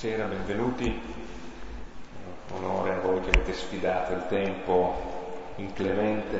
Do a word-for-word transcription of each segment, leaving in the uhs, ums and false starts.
Buonasera, benvenuti. Onore a voi che avete sfidato il tempo inclemente.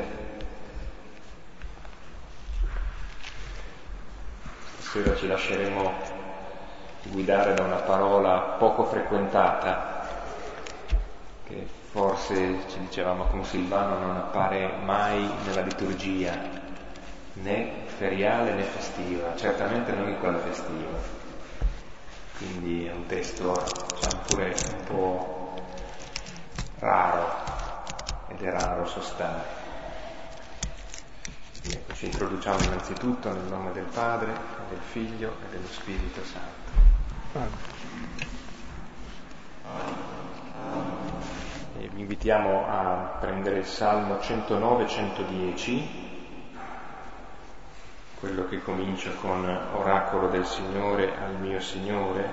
Stasera ci lasceremo guidare da una parola poco frequentata, che forse, ci dicevamo con Silvano, non appare mai nella liturgia, né feriale né festiva, certamente non in quella festiva. Quindi è un testo, diciamo pure, un po' raro, ed è raro sostare. Ecco, ci introduciamo innanzitutto nel nome del Padre, del Figlio e dello Spirito Santo. E vi invitiamo a prendere il Salmo centonove centodieci, quello che comincia con oracolo del Signore al mio Signore.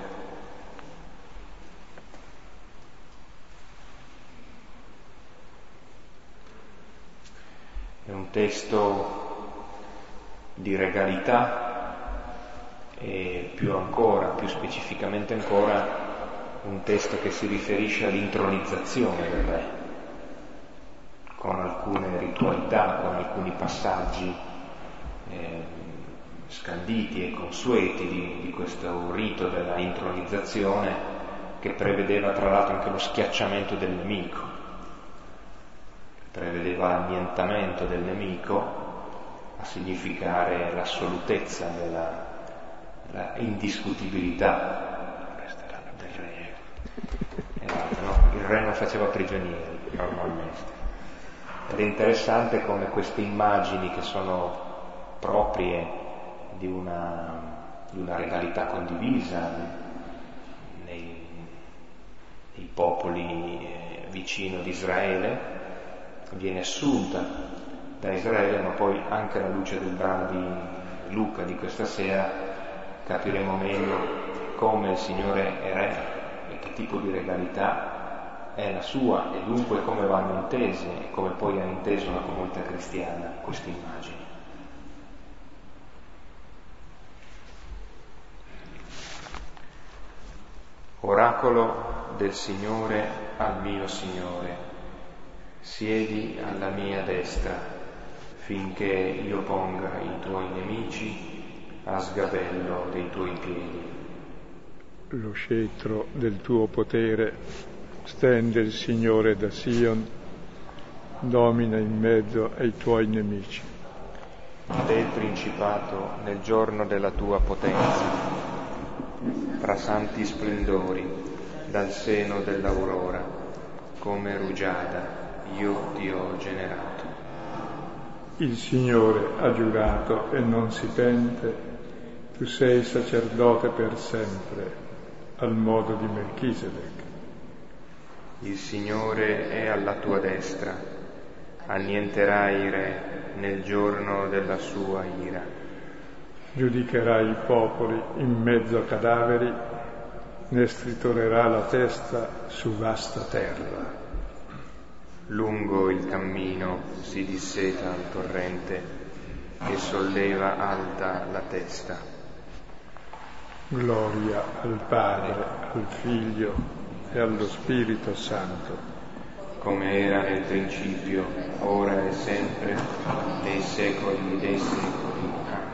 È un testo di regalità e più ancora, più specificamente ancora, un testo che si riferisce all'intronizzazione del Re, con alcune ritualità, con alcuni passaggi eh, scanditi e consueti di, di questo rito della intronizzazione, che prevedeva tra l'altro anche lo schiacciamento del nemico, prevedeva l'annientamento del nemico a significare l'assolutezza della la indiscutibilità del re. Esatto, no? Il re non faceva prigionieri normalmente, ed è interessante come queste immagini, che sono proprie di una, di una regalità condivisa nei, nei popoli eh, vicino di Israele, viene assunta da Israele, ma poi anche alla luce del brano di Luca di questa sera capiremo meglio come il Signore è Re e che tipo di regalità è la sua, e dunque come vanno intese e come poi ha inteso la comunità cristiana queste immagini. Oracolo del Signore al mio Signore, siedi alla mia destra, finché io ponga i tuoi nemici a sgabello dei tuoi piedi. Lo scettro del tuo potere stende il Signore da Sion, domina in mezzo ai tuoi nemici. È il principato nel giorno della tua potenza, tra santi splendori, dal seno dell'aurora, come rugiada, io ti ho generato. Il Signore ha giurato e non si pente, tu sei sacerdote per sempre, al modo di Melchisedec. Il Signore è alla tua destra, annienterà i re nel giorno della sua ira. Giudicherà i popoli in mezzo a cadaveri, ne stritolerà la testa su vasta terra. Lungo il cammino si disseta il torrente che solleva alta la testa. Gloria al Padre, al Figlio e allo Spirito Santo, come era nel principio, ora e sempre, nei secoli dei secoli. Amen.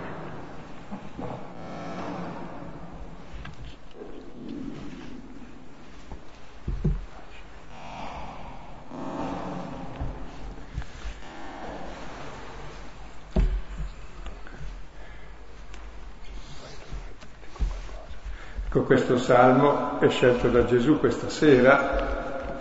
Ecco, questo salmo è scelto da Gesù questa sera,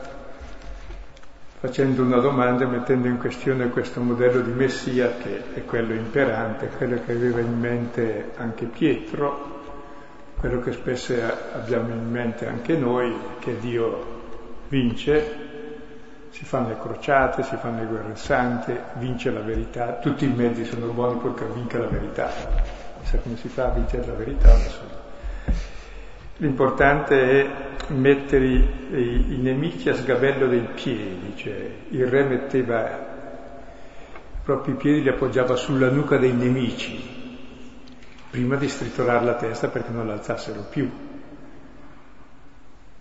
facendo una domanda e mettendo in questione questo modello di Messia che è quello imperante, quello che aveva in mente anche Pietro, quello che spesso abbiamo in mente anche noi, che Dio vince, si fanno le crociate, si fanno le guerre sante, vince la verità, tutti i mezzi sono buoni purché vinca la verità. Sa come si fa a vincere la verità? Non so. L'importante è mettere i, i, i nemici a sgabello dei piedi, cioè il re metteva i propri piedi, li appoggiava sulla nuca dei nemici prima di stritolare la testa perché non l'alzassero più.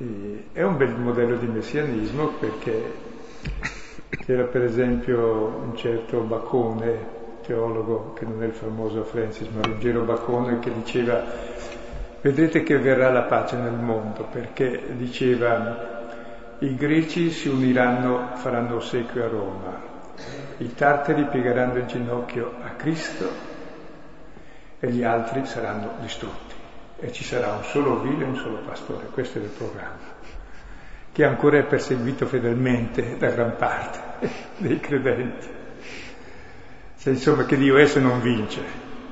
e è un bel modello di messianismo, perché c'era per esempio un certo Bacone, teologo che non è il famoso Francis, ma Ruggero Bacone, che diceva: vedrete che verrà la pace nel mondo, perché diceva: i greci si uniranno, faranno ossequio a Roma, i tartari piegheranno il ginocchio a Cristo e gli altri saranno distrutti, e ci sarà un solo vile e un solo pastore. Questo è il programma, che ancora è perseguito fedelmente da gran parte dei credenti. Cioè, insomma, che Dio è se non vince.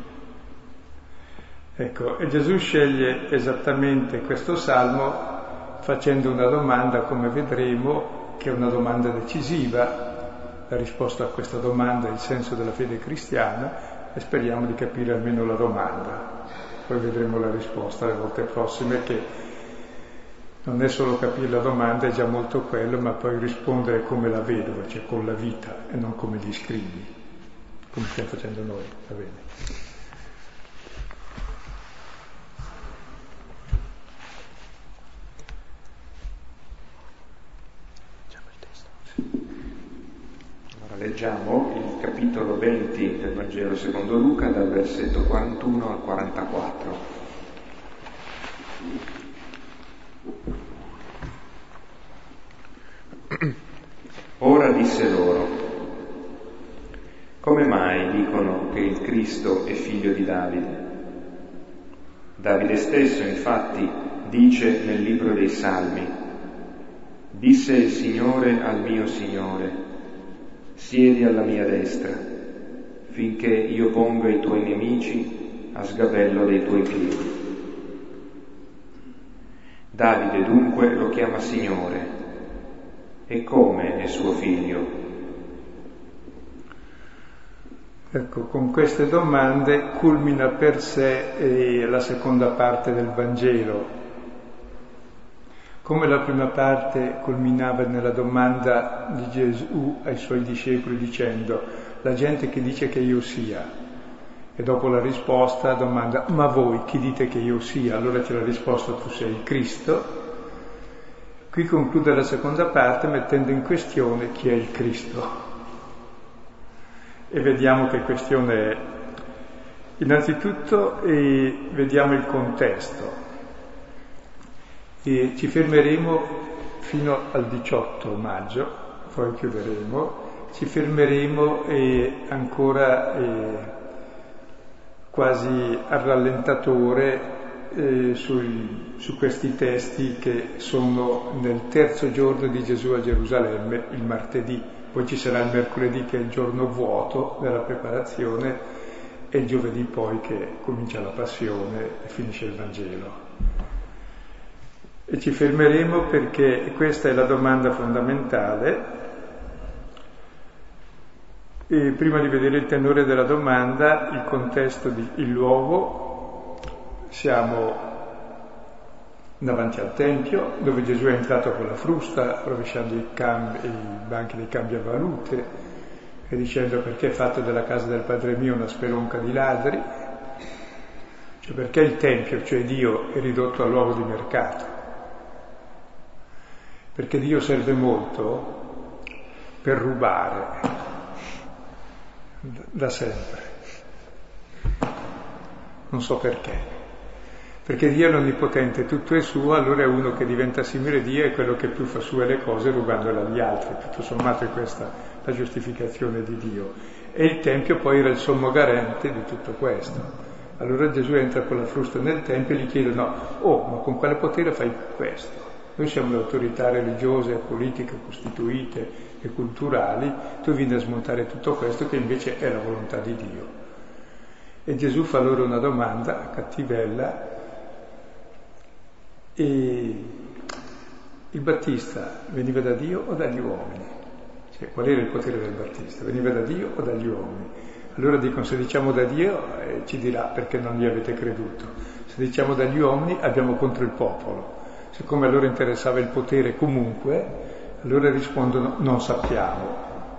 Ecco, e Gesù sceglie esattamente questo salmo facendo una domanda, come vedremo, che è una domanda decisiva. La risposta a questa domanda è il senso della fede cristiana, e speriamo di capire almeno la domanda. Poi vedremo la risposta le volte prossime, che non è solo capire la domanda, è già molto quello, ma poi rispondere come la vedova, cioè con la vita, e non come gli scrivi, come stiamo facendo noi. Va bene. Leggiamo il capitolo venti del Vangelo secondo Luca, dal versetto quarantuno al quarantaquattro. Ora disse loro: come mai dicono che il Cristo è figlio di Davide? Davide stesso, infatti, dice nel libro dei Salmi: disse il Signore al mio Signore: siedi alla mia destra, finché io ponga i tuoi nemici a sgabello dei tuoi piedi. Davide dunque lo chiama Signore, e come è suo figlio? Ecco, con queste domande culmina per sé eh, la seconda parte del Vangelo. Come la prima parte culminava nella domanda di Gesù ai suoi discepoli dicendo: la gente che dice che io sia, e dopo la risposta domanda: ma voi chi dite che io sia? Allora c'è la risposta: tu sei il Cristo. Qui conclude la seconda parte mettendo in questione chi è il Cristo, e vediamo che questione è. Innanzitutto eh, vediamo il contesto. E ci fermeremo fino al diciotto maggio, poi chiuderemo, ci fermeremo eh, ancora eh, quasi al rallentatore eh, sui, su questi testi che sono nel terzo giorno di Gesù a Gerusalemme, il martedì, poi ci sarà il mercoledì che è il giorno vuoto della preparazione, e il giovedì poi che comincia la passione e finisce il Vangelo. E ci fermeremo perché questa è la domanda fondamentale. E prima di vedere il tenore della domanda, il contesto, di, il luogo, siamo davanti al Tempio, dove Gesù è entrato con la frusta, rovesciando i, cambi, i banchi dei cambiavalute e dicendo: perché è fatto della casa del Padre mio una spelonca di ladri? Cioè, perché il Tempio, cioè Dio, è ridotto a luogo di mercato? Perché Dio serve molto per rubare, da sempre. Non so perché. Perché Dio è l'Onnipotente, tutto è suo, allora è uno che diventa simile a Dio, è quello che più fa sue le cose rubandole agli altri. Tutto sommato è questa la giustificazione di Dio. E il Tempio poi era il sommo garante di tutto questo. Allora Gesù entra con la frusta nel Tempio e gli chiedono: oh, ma con quale potere fai questo? Noi siamo le autorità religiose, politiche, costituite e culturali, tu vieni a smontare tutto questo che invece è la volontà di Dio. E Gesù fa loro una domanda cattivella: e il Battista veniva da Dio o dagli uomini? Cioè, qual era il potere del Battista? Veniva da Dio o dagli uomini? Allora dicono: se diciamo da Dio eh, ci dirà perché non gli avete creduto, se diciamo dagli uomini abbiamo contro il popolo. Siccome a loro interessava il potere comunque, allora rispondono: non sappiamo.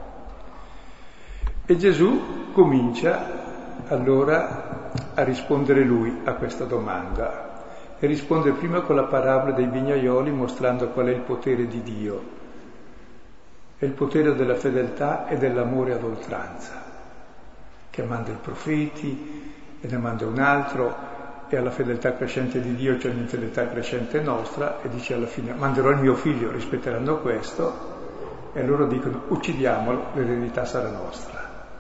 E Gesù comincia allora a rispondere lui a questa domanda. e risponde prima con la parabola dei vignaioli mostrando qual è il potere di Dio. È il potere della fedeltà e dell'amore ad oltranza, che manda i profeti e ne manda un altro, e alla fedeltà crescente di Dio c'è un'infedeltà crescente nostra, e dice alla fine manderò il mio figlio, rispetteranno questo, e loro dicono uccidiamolo, l'eredità sarà nostra.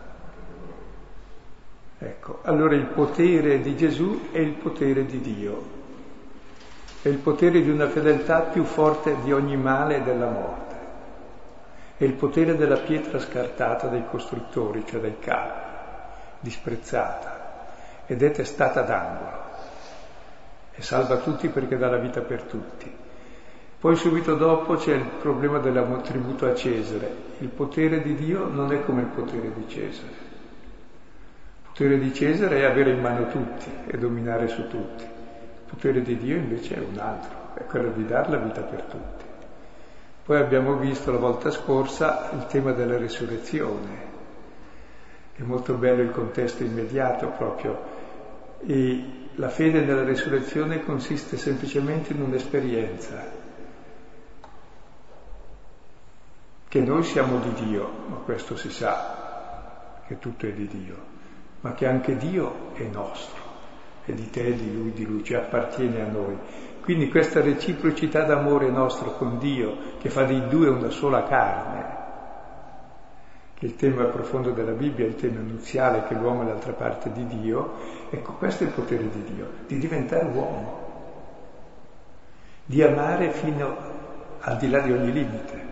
Ecco, allora il potere di Gesù è il potere di Dio, è il potere di una fedeltà più forte di ogni male e della morte, è il potere della pietra scartata dai costruttori, cioè dai capi, disprezzata, ed è testata d'angolo, e salva tutti perché dà la vita per tutti. Poi subito dopo c'è il problema del tributo a Cesare. Il potere di Dio non è come il potere di Cesare. Il potere di Cesare è avere in mano tutti e dominare su tutti. Il potere di Dio invece è un altro, è quello di dare la vita per tutti. Poi abbiamo visto la volta scorsa il tema della resurrezione. È molto bello il contesto immediato proprio. E la fede nella resurrezione consiste semplicemente in un'esperienza, che noi siamo di Dio, ma questo si sa, che tutto è di Dio, ma che anche Dio è nostro, è di te, di Lui, di Lui, ci appartiene a noi. Quindi questa reciprocità d'amore nostro con Dio, che fa dei due una sola carne, che il tema profondo della Bibbia, il tema nuziale, che l'uomo è l'altra parte di Dio, ecco, questo è il potere di Dio, di diventare uomo, di amare fino al di là di ogni limite.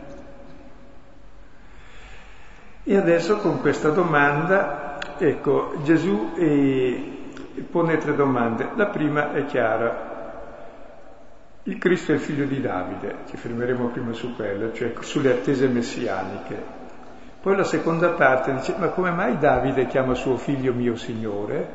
E adesso con questa domanda, ecco, Gesù eh, pone tre domande. La prima è chiara: il Cristo è il figlio di Davide, ci fermeremo prima su quello, cioè sulle attese messianiche. Poi la seconda parte dice: ma come mai Davide chiama suo figlio mio Signore?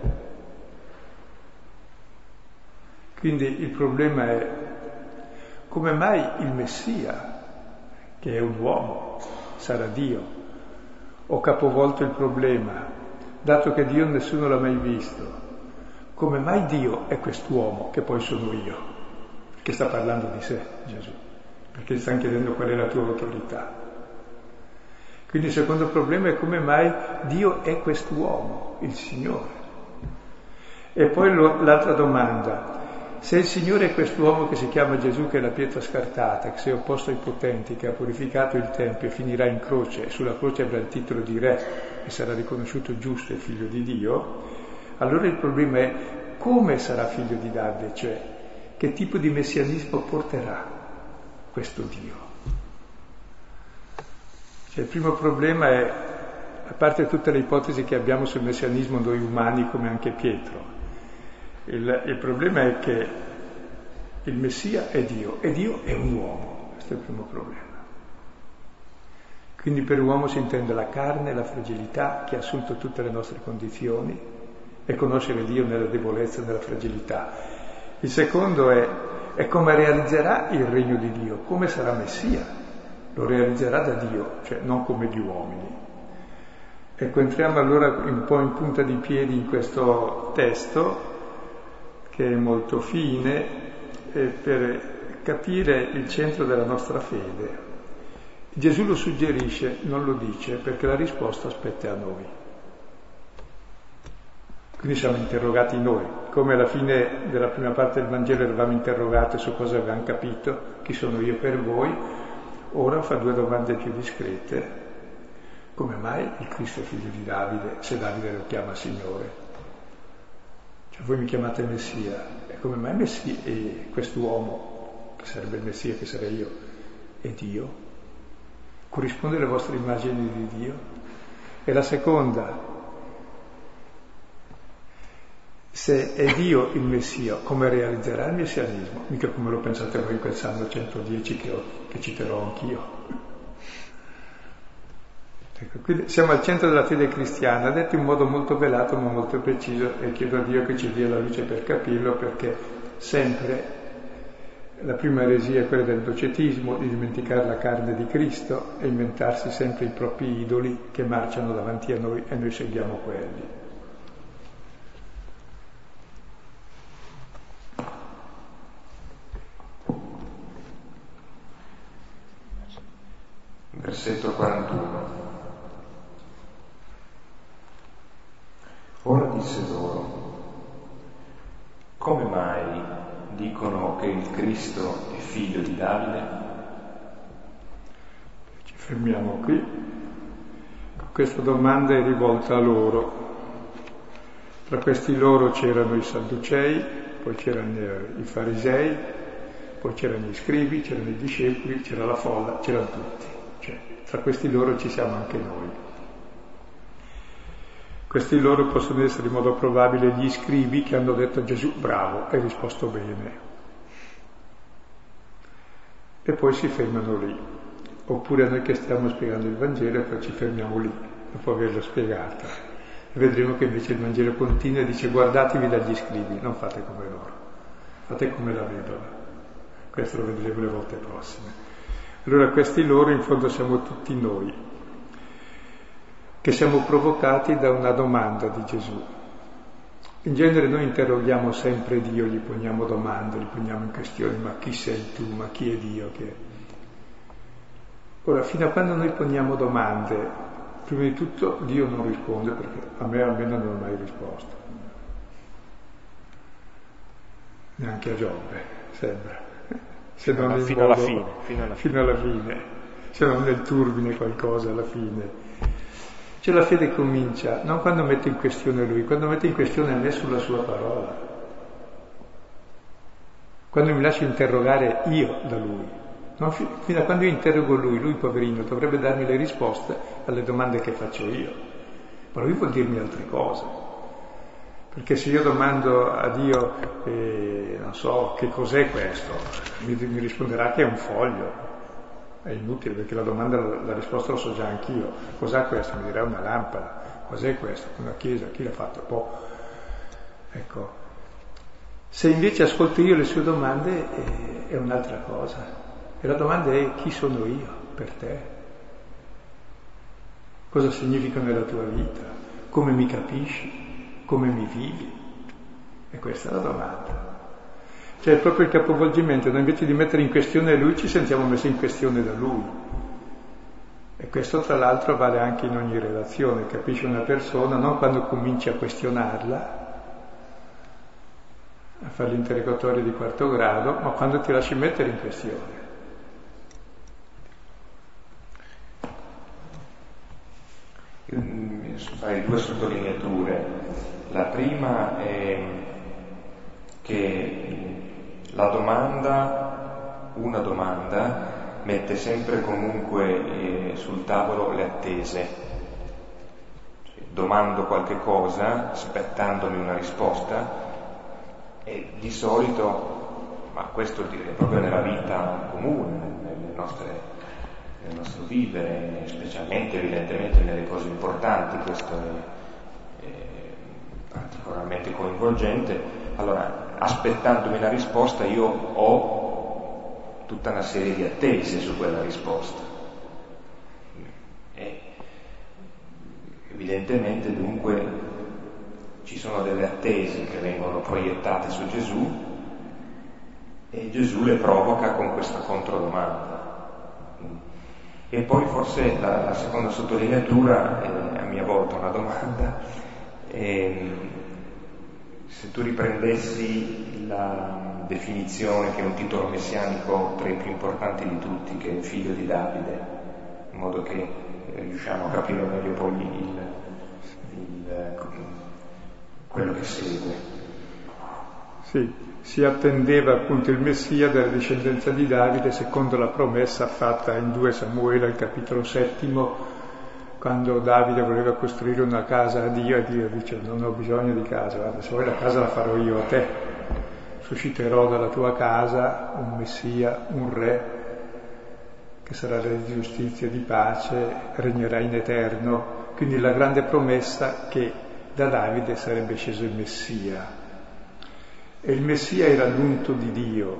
Quindi il problema è: come mai il Messia, che è un uomo, sarà Dio? Ho capovolto il problema, dato che Dio nessuno l'ha mai visto. Come mai Dio è quest'uomo che poi sono io? Perché sta parlando di sé, Gesù, perché sta chiedendo qual è la tua autorità. Quindi il secondo problema è come mai Dio è quest'uomo, il Signore. E poi lo, l'altra domanda: se il Signore è quest'uomo che si chiama Gesù, che è la pietra scartata, che si è opposto ai potenti, che ha purificato il Tempio e finirà in croce, e sulla croce avrà il titolo di re e sarà riconosciuto giusto e figlio di Dio, allora il problema è come sarà figlio di Davide, cioè che tipo di messianismo porterà questo Dio. Cioè, il primo problema è, a parte tutte le ipotesi che abbiamo sul messianismo noi umani, come anche Pietro, il, il problema è che il Messia è Dio e Dio è un uomo. Questo è il primo problema. Quindi per uomo si intende la carne, la fragilità, che ha assunto tutte le nostre condizioni, e conoscere Dio nella debolezza e nella fragilità. Il secondo è, è come realizzerà il regno di Dio, come sarà Messia. Lo realizzerà da Dio, cioè non come gli uomini. Ecco, entriamo allora un po' in punta di piedi in questo testo, che è molto fine, eh, per capire il centro della nostra fede. Gesù lo suggerisce, non lo dice, perché la risposta spetta a noi. Quindi siamo interrogati noi, come alla fine della prima parte del Vangelo eravamo interrogati su cosa avevamo capito, chi sono io per voi. Ora fa due domande più discrete. Come mai il Cristo è figlio di Davide, se Davide lo chiama Signore? Cioè voi mi chiamate Messia, e come mai Messia, e quest'uomo, che sarebbe il Messia, che sarei io, è Dio? Corrisponde alle vostre immagini di Dio? E la seconda: se è Dio il Messia, come realizzerà il messianismo? Mica come lo pensate voi in quel Salmo centodieci che, ho, che citerò anch'io. Ecco, quindi siamo al centro della fede cristiana, detto in modo molto velato ma molto preciso, e chiedo a Dio che ci dia la luce per capirlo, perché sempre la prima eresia è quella del docetismo, di dimenticare la carne di Cristo e inventarsi sempre i propri idoli che marciano davanti a noi e noi seguiamo quelli. versetto quarantuno. Ora disse loro: come mai dicono che il Cristo è figlio di Davide? Ci fermiamo qui. Questa domanda è rivolta a loro. Tra questi loro c'erano i Sadducei, poi c'erano i Farisei, poi c'erano gli scribi, c'erano i discepoli, c'era la folla, c'erano tutti. Cioè, tra questi loro ci siamo anche noi. Questi loro possono essere in modo probabile gli scribi che hanno detto a Gesù: bravo, hai risposto bene. E poi si fermano lì. Oppure noi che stiamo spiegando il Vangelo e poi ci fermiamo lì, dopo averlo spiegato. E vedremo che invece il Vangelo continua e dice: guardatevi dagli scribi, non fate come loro, fate come la vedova. Questo lo vedremo le volte prossime. Allora questi loro in fondo siamo tutti noi, che siamo provocati da una domanda di Gesù. In genere noi interroghiamo sempre Dio, gli poniamo domande, gli poniamo in questione: ma chi sei tu, ma chi è Dio? Chi è? Ora, fino a quando noi poniamo domande, prima di tutto Dio non risponde, perché a me almeno non ha mai risposto. Neanche a Giobbe, sembra. Se non alla, fino, modo, alla fine, fino alla fino alla fine, se non nel turbine qualcosa alla fine. Cioè la fede comincia non quando metto in questione Lui, quando metto in questione me sulla Sua parola. Quando mi lascio interrogare io da Lui. Non fi- fino a quando io interrogo Lui, Lui poverino dovrebbe darmi le risposte alle domande che faccio io. Ma Lui vuol dirmi altre cose. Perché se io domando a Dio, eh, non so, che cos'è questo, mi, mi risponderà che è un foglio. È inutile, perché la domanda, la risposta lo so già anch'io. Cos'è questo? Mi dirà una lampada. Cos'è questo? Una chiesa? Chi l'ha fatto? Boh. Ecco. Se invece ascolto io le sue domande, eh, è un'altra cosa. E la domanda è: chi sono io per te? Cosa significa nella tua vita? Come mi capisci? Come mi vivi? E questa è la domanda. Cioè è proprio il capovolgimento, noi invece di mettere in questione Lui ci sentiamo messi in questione da Lui. E questo tra l'altro vale anche in ogni relazione, capisci una persona non quando cominci a questionarla, a fare l'interrogatorio di quarto grado, ma quando ti lasci mettere in questione. Fai due sottolineature. La prima è che la domanda, una domanda, mette sempre comunque eh, sul tavolo le attese. Cioè, domando qualche cosa, aspettandomi una risposta, e di solito, ma questo direi proprio nella vita comune, nelle nostre nel nostro vivere, specialmente evidentemente nelle cose importanti, questo è, è particolarmente coinvolgente. Allora, aspettandomi la risposta, io ho tutta una serie di attese su quella risposta. E evidentemente dunque ci sono delle attese che vengono proiettate su Gesù e Gesù le provoca con questa controdomanda. E poi forse la, la seconda sottolineatura è a mia volta una domanda. E, se tu riprendessi la definizione che è un titolo messianico tra i più importanti di tutti, che è il figlio di Davide, in modo che riusciamo a capire meglio poi il, il, quello che segue. Sì. Si attendeva appunto il Messia della discendenza di Davide secondo la promessa fatta in due Samuele al capitolo settimo, quando Davide voleva costruire una casa a Dio e Dio dice: non ho bisogno di casa, guarda, se vuoi la casa la farò io a te, susciterò dalla tua casa un Messia, un re che sarà re di giustizia e di pace, regnerà in eterno. Quindi la grande promessa che da Davide sarebbe sceso il Messia. E il Messia era l'unto di Dio,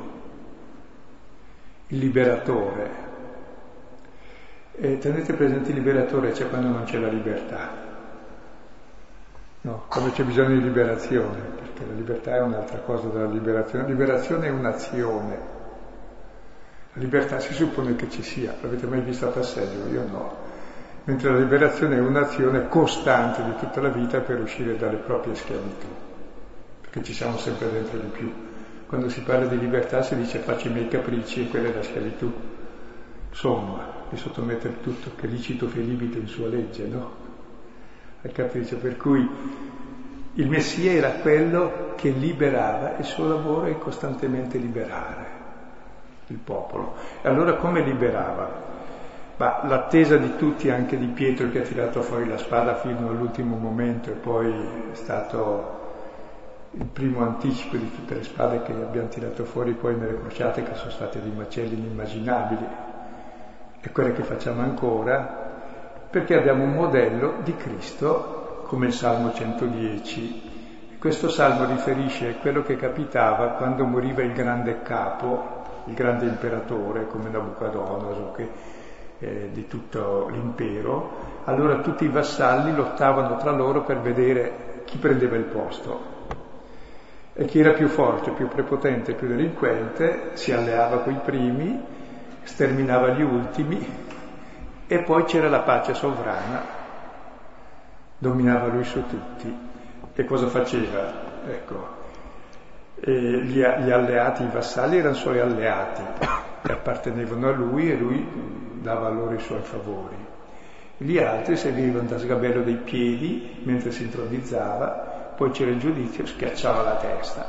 il liberatore. E tenete presente, il liberatore c'è quando non c'è la libertà. No, quando c'è bisogno di liberazione, perché la libertà è un'altra cosa della liberazione. La liberazione è un'azione. La libertà si suppone che ci sia, l'avete mai vista a passeggio? Io no. Mentre la liberazione è un'azione costante di tutta la vita per uscire dalle proprie schiavitù, perché ci siamo sempre dentro di più. Quando si parla di libertà si dice faccio i miei capricci e quella è la schiavitù. Insomma, di sottomettere tutto, che licito felibito in sua legge, no? Al capriccio, per cui il Messia era quello che liberava, il suo lavoro è costantemente liberare il popolo. E allora come liberava? Ma l'attesa di tutti, anche di Pietro che ha tirato fuori la spada fino all'ultimo momento e poi è stato il primo anticipo di tutte le spade che abbiamo tirato fuori poi nelle crociate, che sono state dei macelli inimmaginabili, e quelle che facciamo ancora, perché abbiamo un modello di Cristo come il Salmo centodieci. E questo Salmo riferisce a quello che capitava quando moriva il grande capo, il grande imperatore come Nabucodonosor, che eh, di tutto l'impero. Allora tutti i vassalli lottavano tra loro per vedere chi prendeva il posto. E chi era più forte, più prepotente, più delinquente si alleava coi primi, sterminava gli ultimi, e poi c'era la pace sovrana, dominava lui su tutti. E cosa faceva? Ecco, e gli, gli alleati, i vassalli erano suoi alleati, che appartenevano a lui e lui dava loro i suoi favori. Gli altri seguivano da sgabello dei piedi mentre si intronizzava, poi c'era il giudizio, schiacciava la testa,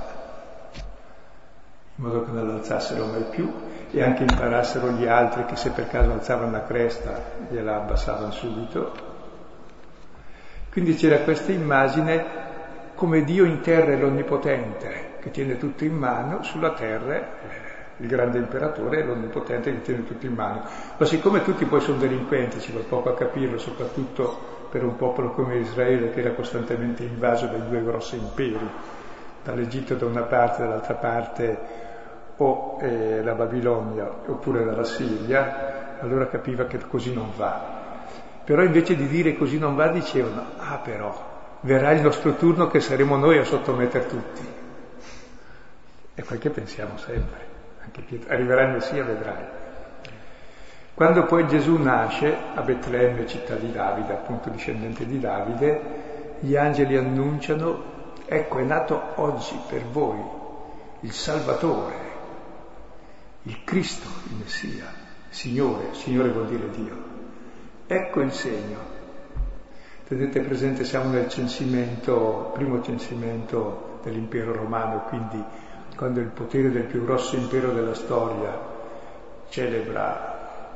in modo che non l'alzassero mai più, e anche imparassero gli altri che se per caso alzavano la cresta gliela abbassavano subito. Quindi c'era questa immagine come Dio in terra è l'Onnipotente, che tiene tutto in mano, sulla terra il grande imperatore è l'Onnipotente che tiene tutto in mano. Ma siccome tutti poi sono delinquenti, ci vuole poco a capirlo, soprattutto per un popolo come Israele che era costantemente invaso dai due grossi imperi, dall'Egitto da una parte, dall'altra parte o eh, la Babilonia oppure dalla Siria, allora capiva che così non va. Però invece di dire così non va dicevano, ah però, verrà il nostro turno che saremo noi a sottomettere tutti. È quel che pensiamo sempre, anche Pietro, arriverà il Messia, vedrai. Quando poi Gesù nasce a Betlemme, città di Davide, appunto discendente di Davide, gli angeli annunciano, ecco è nato oggi per voi il Salvatore, il Cristo, il Messia, Signore, Signore vuol dire Dio. Ecco il segno. Tenete presente, siamo nel censimento, primo censimento dell'impero romano, quindi quando il potere del più grosso impero della storia celebra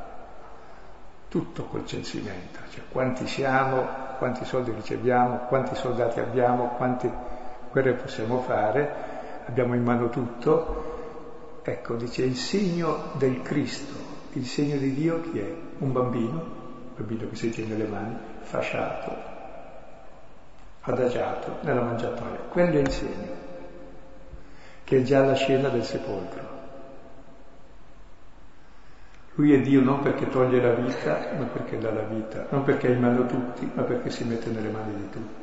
tutto col censimento, cioè quanti siamo, quanti soldi riceviamo, quanti soldati abbiamo, quante guerre possiamo fare, abbiamo in mano tutto. Ecco, dice il segno del Cristo, il segno di Dio chi è? Un bambino, un bambino che si tiene le mani, fasciato, adagiato nella mangiatoia. Quello è il segno, che è già la scena del sepolcro. Lui è Dio non perché toglie la vita, ma perché dà la vita, non perché è in mano tutti, ma perché si mette nelle mani di tutti.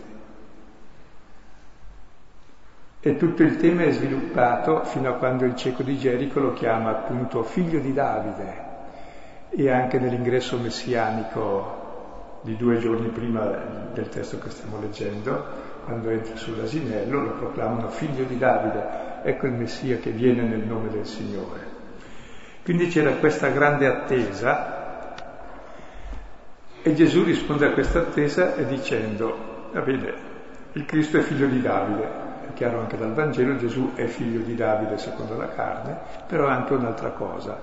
E tutto il tema è sviluppato fino a quando il cieco di Gerico lo chiama appunto figlio di Davide, e anche nell'ingresso messianico di due giorni prima del testo che stiamo leggendo, quando entra sull'asinello, lo proclamano figlio di Davide, ecco il Messia che viene nel nome del Signore. Quindi c'era questa grande attesa e Gesù risponde a questa attesa dicendo, va bene, il Cristo è figlio di Davide, è chiaro anche dal Vangelo, Gesù è figlio di Davide secondo la carne, però anche un'altra cosa.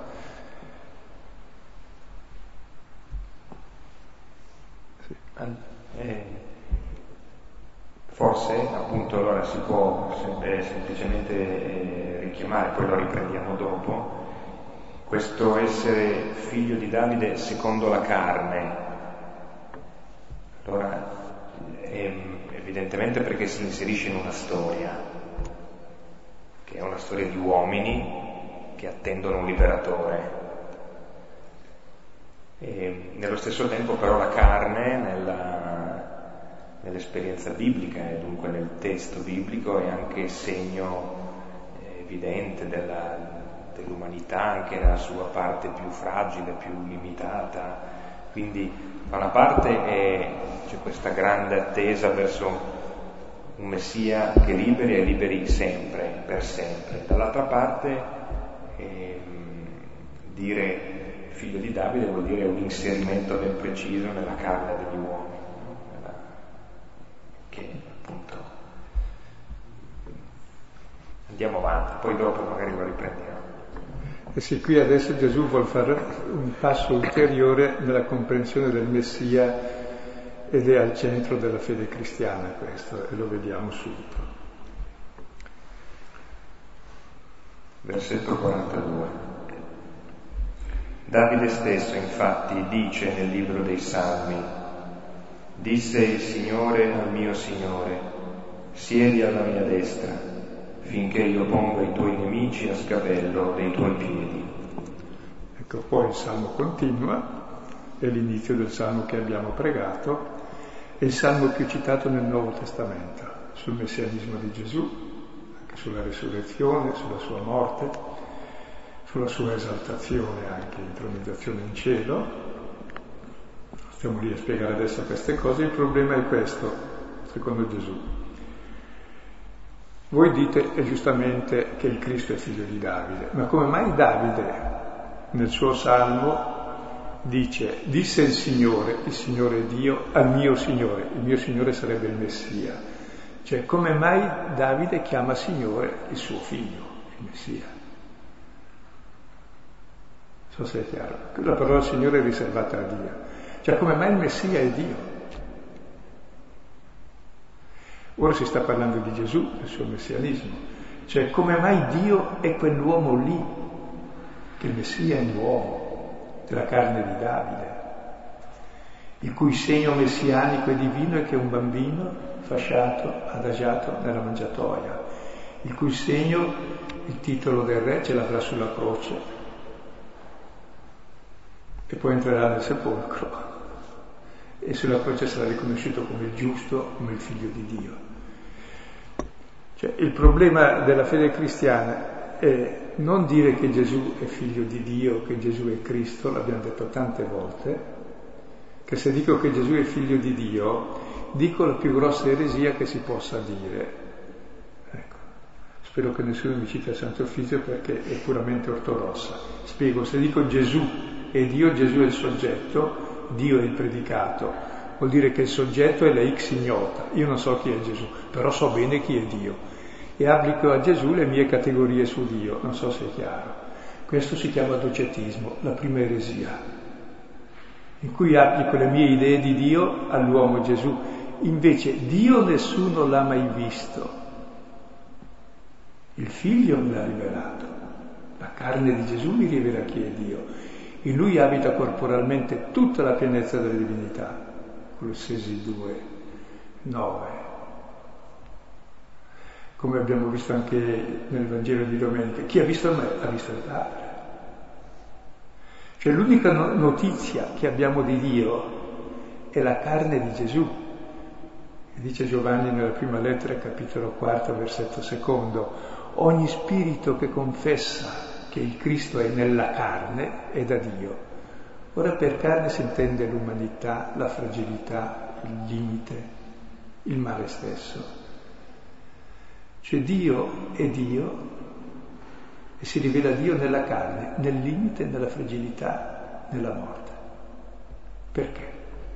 Sì. Eh, forse appunto allora si può sem- semplicemente eh, richiamare, poi lo riprendiamo dopo, questo essere figlio di Davide secondo la carne. Allora, evidentemente perché si inserisce in una storia, che è una storia di uomini che attendono un liberatore. E nello stesso tempo però la carne, nella, nell'esperienza biblica e dunque nel testo biblico, è anche segno evidente della dell'umanità anche nella sua parte più fragile, più limitata. Quindi da una parte è, c'è questa grande attesa verso un Messia che liberi e liberi sempre, per sempre. Dall'altra parte ehm, dire figlio di Davide vuol dire un inserimento ben preciso nella carne degli uomini, no? Nella, che appunto andiamo avanti, poi dopo magari lo riprendiamo. E sì, qui adesso Gesù vuol fare un passo ulteriore nella comprensione del Messia ed è al centro della fede cristiana questo, e lo vediamo subito. Versetto quarantadue. Davide stesso infatti dice nel libro dei Salmi: disse il Signore al mio Signore, siedi alla mia destra, finché io ponga i tuoi nemici a sgabello dei tuoi piedi. Ecco, poi il Salmo continua, è l'inizio del Salmo che abbiamo pregato, è il Salmo più citato nel Nuovo Testamento, sul messianismo di Gesù, anche sulla resurrezione, sulla sua morte, sulla sua esaltazione, anche intronizzazione in cielo. Stiamo lì a spiegare adesso queste cose. Il problema è questo, secondo Gesù. Voi dite e giustamente che il Cristo è figlio di Davide, ma come mai Davide nel suo Salmo dice: disse il Signore, il Signore è Dio, al mio Signore, il mio Signore sarebbe il Messia. Cioè, come mai Davide chiama Signore il suo figlio, il Messia? Non so se è chiaro. La parola Signore è riservata a Dio. Cioè, come mai il Messia è Dio? Ora si sta parlando di Gesù, del suo messianismo. Cioè, come mai Dio è quell'uomo lì, che il Messia è l'uomo della carne di Davide, il cui segno messianico e divino è che è un bambino fasciato, adagiato nella mangiatoia, il cui segno, il titolo del re, ce l'avrà sulla croce, e poi entrerà nel sepolcro e sulla croce sarà riconosciuto come il giusto, come il figlio di Dio. Cioè, il problema della fede cristiana è non dire che Gesù è figlio di Dio, che Gesù è Cristo, l'abbiamo detto tante volte, che se dico che Gesù è figlio di Dio, dico la più grossa eresia che si possa dire. Ecco. Spero che nessuno mi citi il Santo Uffizio perché è puramente ortodossa. Spiego, se dico Gesù e Dio, Gesù è il soggetto, Dio è il predicato, vuol dire che il soggetto è la X ignota, io non so chi è Gesù, però so bene chi è Dio e applico a Gesù le mie categorie su Dio, non so se è chiaro. Questo si chiama docetismo, la prima eresia, in cui applico le mie idee di Dio all'uomo Gesù. Invece Dio nessuno l'ha mai visto, il Figlio me l'ha rivelato, la carne di Gesù mi rivela chi è Dio. In lui abita corporalmente tutta la pienezza della divinità. Colossesi due, nove. Come abbiamo visto anche nel Vangelo di domenica, chi ha visto me ha visto il Padre. Cioè l'unica no- notizia che abbiamo di Dio è la carne di Gesù. E dice Giovanni nella prima lettera, capitolo quarto, versetto secondo: ogni spirito che confessa che il Cristo è nella carne è da Dio. Ora per carne si intende l'umanità, la fragilità, il limite, il male stesso. Cioè Dio è Dio e si rivela Dio nella carne, nel limite, nella fragilità, nella morte. Perché?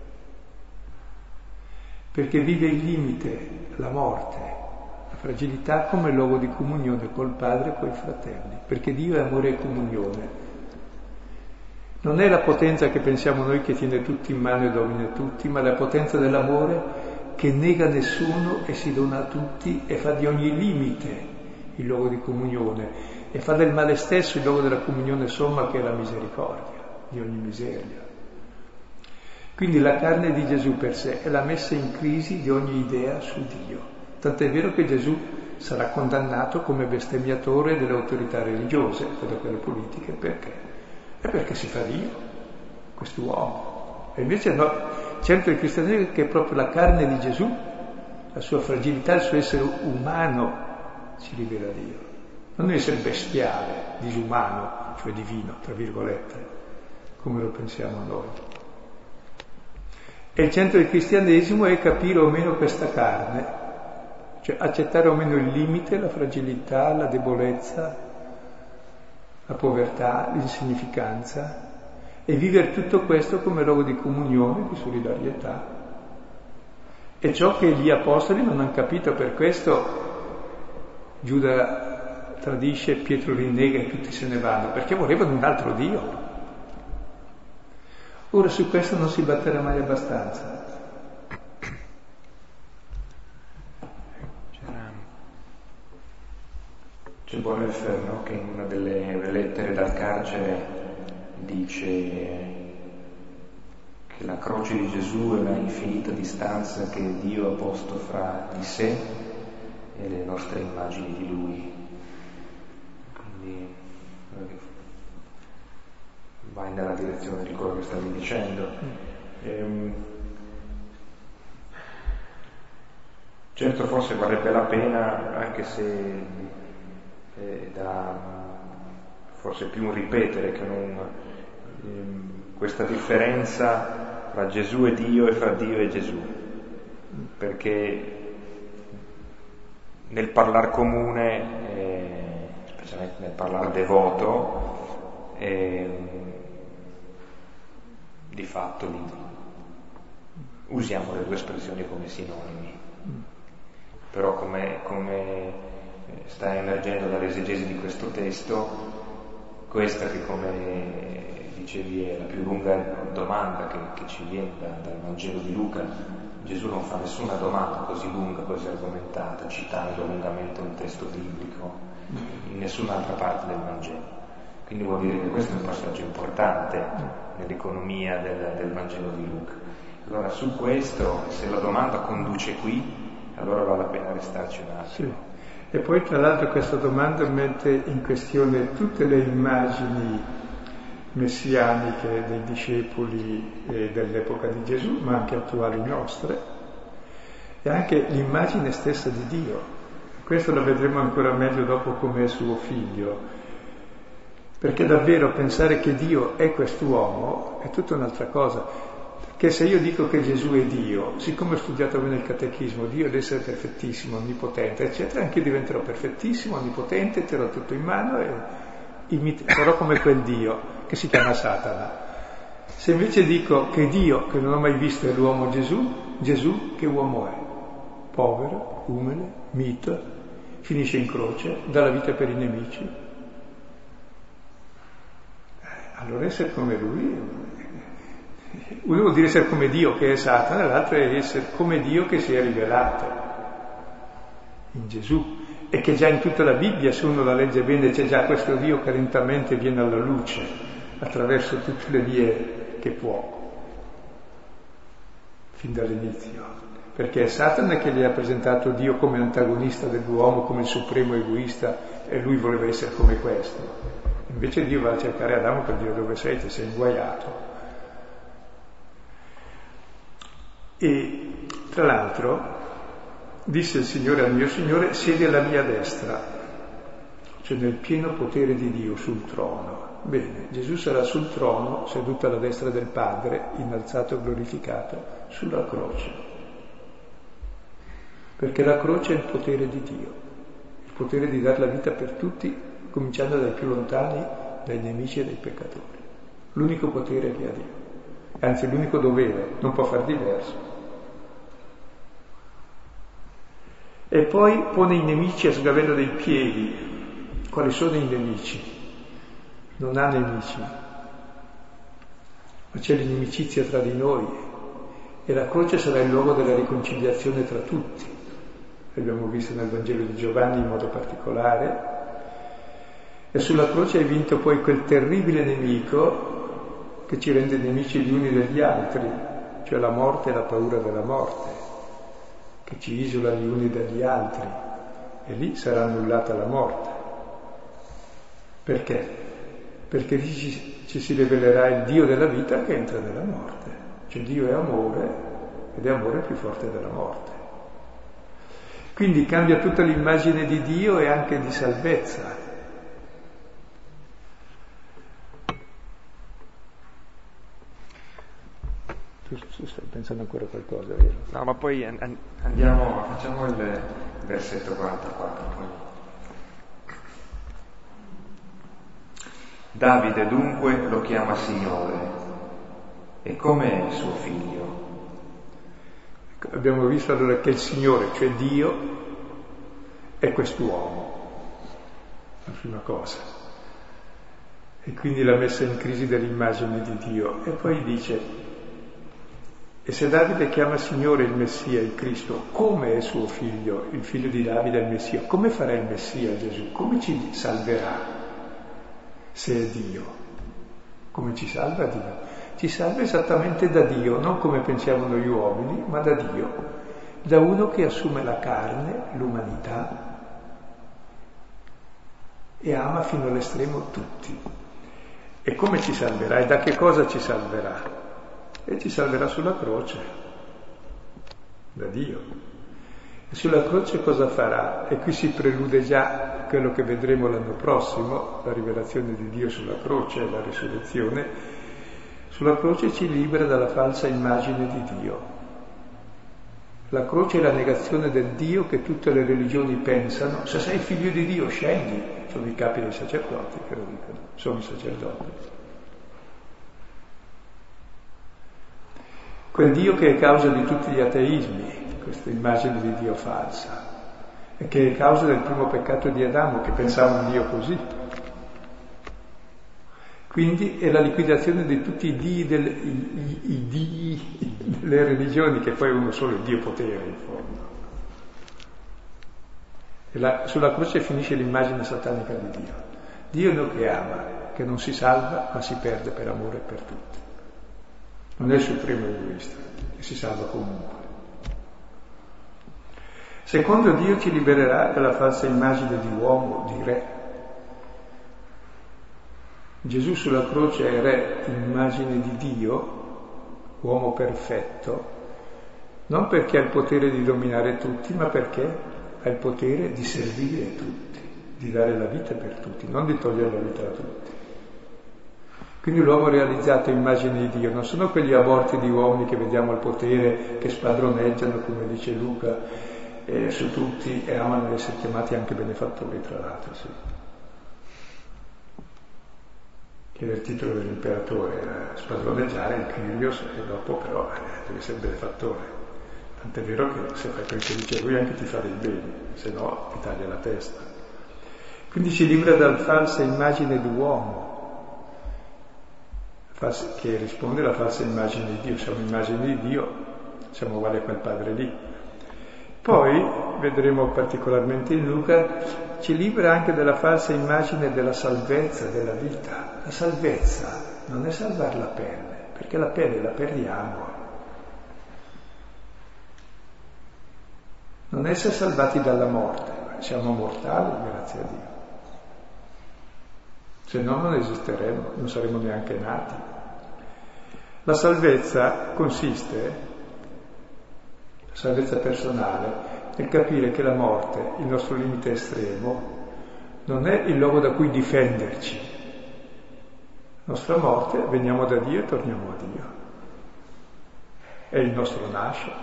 Perché vive il limite, la morte, fragilità come luogo di comunione col Padre e coi fratelli, perché Dio è amore e comunione. Non è la potenza che pensiamo noi che tiene tutti in mano e domina tutti, ma la potenza dell'amore che nega nessuno e si dona a tutti e fa di ogni limite il luogo di comunione e fa del male stesso il luogo della comunione somma, che è la misericordia di ogni miseria. Quindi la carne di Gesù per sé è la messa in crisi di ogni idea su Dio. Tant'è vero che Gesù sarà condannato come bestemmiatore delle autorità religiose o da quelle politiche. Perché? È perché si fa Dio, quest'uomo. E invece no, certo il cristianesimo che è proprio la carne di Gesù, la sua fragilità, il suo essere umano, si rivela a Dio. non essere bestiale, disumano, cioè divino, tra virgolette, come lo pensiamo noi. E il centro del cristianesimo è capire o meno questa carne, cioè accettare o meno il limite, la fragilità, la debolezza, la povertà, l'insignificanza, e vivere tutto questo come luogo di comunione, di solidarietà. E ciò che gli apostoli non hanno capito, per questo Giuda tradisce, Pietro rinnega e tutti se ne vanno, perché volevano un altro Dio. Ora su questo non si batterà mai abbastanza. C'era c'è Bonhoeffer, no? Che in una delle lettere dal carcere dice che la croce di Gesù è la infinita distanza che Dio ha posto fra di sé e le nostre immagini di Lui. Quindi vai nella direzione di quello che stavi dicendo. Ehm, certo, forse varrebbe la pena, anche se è da forse più un ripetere che non ehm, questa differenza fra Gesù e Dio e fra Dio e Gesù, perché nel parlar comune, eh, specialmente nel parlar devoto, eh, di fatto li, usiamo le due espressioni come sinonimi, però come, come sta emergendo dall'esegesi di questo testo, questa che, come dicevi, è la più lunga domanda che, che ci viene da, dal Vangelo di Luca. Gesù non fa nessuna domanda così lunga, così argomentata, citando lungamente un testo biblico in nessun'altra parte del Vangelo. Quindi vuol dire che questo è un passaggio importante nell'economia del, del Vangelo di Luca. Allora su questo, se la domanda conduce qui, allora vale la pena restarci un attimo. Sì. E poi tra l'altro questa domanda mette in questione tutte le immagini messianiche dei discepoli eh, dell'epoca di Gesù, ma anche attuali nostre, e anche l'immagine stessa di Dio. Questo lo vedremo ancora meglio dopo come suo figlio, perché davvero pensare che Dio è quest'uomo è tutta un'altra cosa. Che se io dico che Gesù è Dio, siccome ho studiato bene il catechismo, Dio deve essere perfettissimo, onnipotente, eccetera, anche io diventerò perfettissimo, onnipotente, terrò tutto in mano e imit- sarò come quel Dio che si chiama Satana. Se invece dico che Dio, che non ho mai visto, è l'uomo Gesù, Gesù che uomo è? Povero, umile, mito, finisce in croce, dà la vita per i nemici. Eh, allora essere come lui... Uno vuol dire essere come Dio, che è Satana, l'altro è essere come Dio che si è rivelato in Gesù, e che già in tutta la Bibbia, se uno la legge bene, c'è già questo Dio che lentamente viene alla luce attraverso tutte le vie che può, fin dall'inizio, perché è Satana che gli ha presentato Dio come antagonista dell'uomo, come il supremo egoista, e lui voleva essere come questo. Invece Dio va a cercare Adamo per dire: dove sei? Ti sei inguaiato. E tra l'altro disse il Signore al mio Signore: siedi alla mia destra, cioè nel pieno potere di Dio sul trono. Bene, Gesù sarà sul trono, seduto alla destra del Padre, innalzato e glorificato sulla croce, perché la croce è il potere di Dio, il potere di dare la vita per tutti, cominciando dai più lontani, dai nemici e dai peccatori. L'unico potere che ha Dio, anzi l'unico dovere, non può far diverso. E poi pone i nemici a sgabello dei piedi. Quali sono i nemici? Non ha nemici, ma c'è l'inimicizia tra di noi, e la croce sarà il luogo della riconciliazione tra tutti. L'abbiamo visto nel Vangelo di Giovanni in modo particolare. E sulla croce hai vinto poi quel terribile nemico che ci rende nemici gli uni degli altri, cioè la morte e la paura della morte, che ci isola gli uni dagli altri, e lì sarà annullata la morte. Perché? Perché lì ci, ci si rivelerà il Dio della vita che entra nella morte. Cioè Dio è amore, ed è amore più forte della morte. Quindi cambia tutta l'immagine di Dio e anche di salvezza. Tu, tu stai pensando ancora a qualcosa, vero? No, ma poi an- andiamo, facciamo il versetto quarantaquattro. Poi. Davide dunque lo chiama Signore, e com'è suo figlio? Abbiamo visto allora che il Signore, cioè Dio, è quest'uomo, la prima cosa. E quindi la messa in crisi dell'immagine di Dio. E poi dice, e se Davide chiama Signore il Messia, il Cristo, come è suo figlio, il figlio di Davide, il Messia? Come farà il Messia, Gesù? Come ci salverà se è Dio? Come ci salva Dio? Ci salva esattamente da Dio, non come pensiamo noi uomini, ma da Dio, da uno che assume la carne, l'umanità, e ama fino all'estremo tutti. E come ci salverà? E da che cosa ci salverà? E ci salverà sulla croce, da Dio. E sulla croce cosa farà? E qui si prelude già quello che vedremo l'anno prossimo, la rivelazione di Dio sulla croce e la risurrezione. Sulla croce ci libera dalla falsa immagine di Dio. La croce è la negazione del Dio che tutte le religioni pensano. Se sei figlio di Dio, scendi. Sono i capi dei sacerdoti che lo dicono, sono i sacerdoti. Quel Dio che è causa di tutti gli ateismi, questa immagine di Dio falsa, e che è causa del primo peccato di Adamo, che pensava un Dio così. Quindi è la liquidazione di tutti i dii, del, i, i, i dii delle religioni, che poi uno solo è Dio potere, in fondo. E la, sulla croce finisce l'immagine satanica di Dio. Dio è uno che ama, che non si salva, ma si perde per amore per tutti. Non è il supremo egoista, che si salva comunque. Secondo Dio ci libererà dalla falsa immagine di uomo, di re. Gesù sulla croce è re, immagine di Dio, uomo perfetto, non perché ha il potere di dominare tutti, ma perché ha il potere di servire tutti, di dare la vita per tutti, non di togliere la vita a tutti. Quindi l'uomo realizzato immagine di Dio non sono quegli aborti di uomini che vediamo al potere, che spadroneggiano, come dice Luca, eh, su tutti e amano essere chiamati anche benefattori, tra l'altro, sì. Che era il titolo dell'imperatore, era spadroneggiare il Kyrios, e dopo però eh, deve essere benefattore. Tant'è vero che se fai quel che dice lui anche ti fa del bene, se no ti taglia la testa. Quindi ci libera dalla falsa immagine di uomo, che risponde alla falsa immagine di Dio. Siamo immagini di Dio, siamo uguali a quel padre lì. Poi, vedremo particolarmente in Luca, ci libera anche dalla falsa immagine della salvezza, della vita. La salvezza non è salvare la pelle, perché la pelle la perdiamo. Non è essere salvati dalla morte, siamo mortali, grazie a Dio. Se no non esisteremmo, non saremmo neanche nati. La salvezza consiste, la salvezza personale, nel capire che la morte, il nostro limite estremo, non è il luogo da cui difenderci. La nostra morte, veniamo da Dio e torniamo a Dio. È il nostro nascere.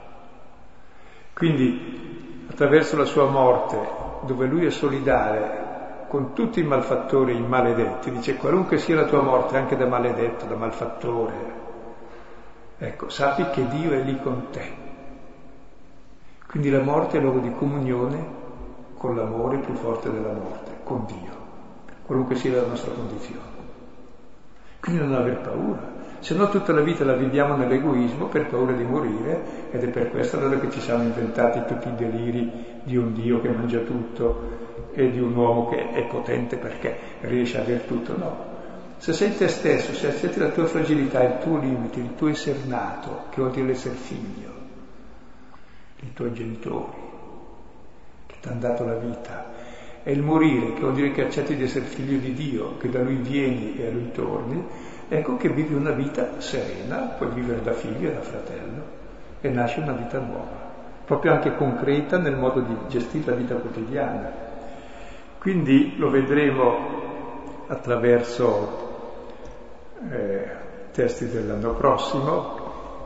Quindi, attraverso la sua morte, dove Lui è solidale con tutti i malfattori e i maledetti, dice qualunque sia la tua morte, anche da maledetto, da malfattore, ecco, sappi che Dio è lì con te. Quindi la morte è luogo di comunione con l'amore più forte della morte, con Dio, qualunque sia la nostra condizione. Quindi non aver paura, se no tutta la vita la viviamo nell'egoismo per paura di morire, ed è per questo allora che ci siamo inventati tutti i deliri di un Dio che mangia tutto e di un uomo che è potente perché riesce a avere tutto. No, se sei te stesso, se accetti la tua fragilità, il tuo limite, il tuo essere nato, che vuol dire essere figlio, i tuoi genitori che ti hanno dato la vita, e il morire, che vuol dire che accetti di essere figlio di Dio, che da Lui vieni e a Lui torni, ecco che vivi una vita serena, puoi vivere da figlio e da fratello, e nasce una vita nuova, proprio anche concreta nel modo di gestire la vita quotidiana. Quindi lo vedremo attraverso eh, testi dell'anno prossimo,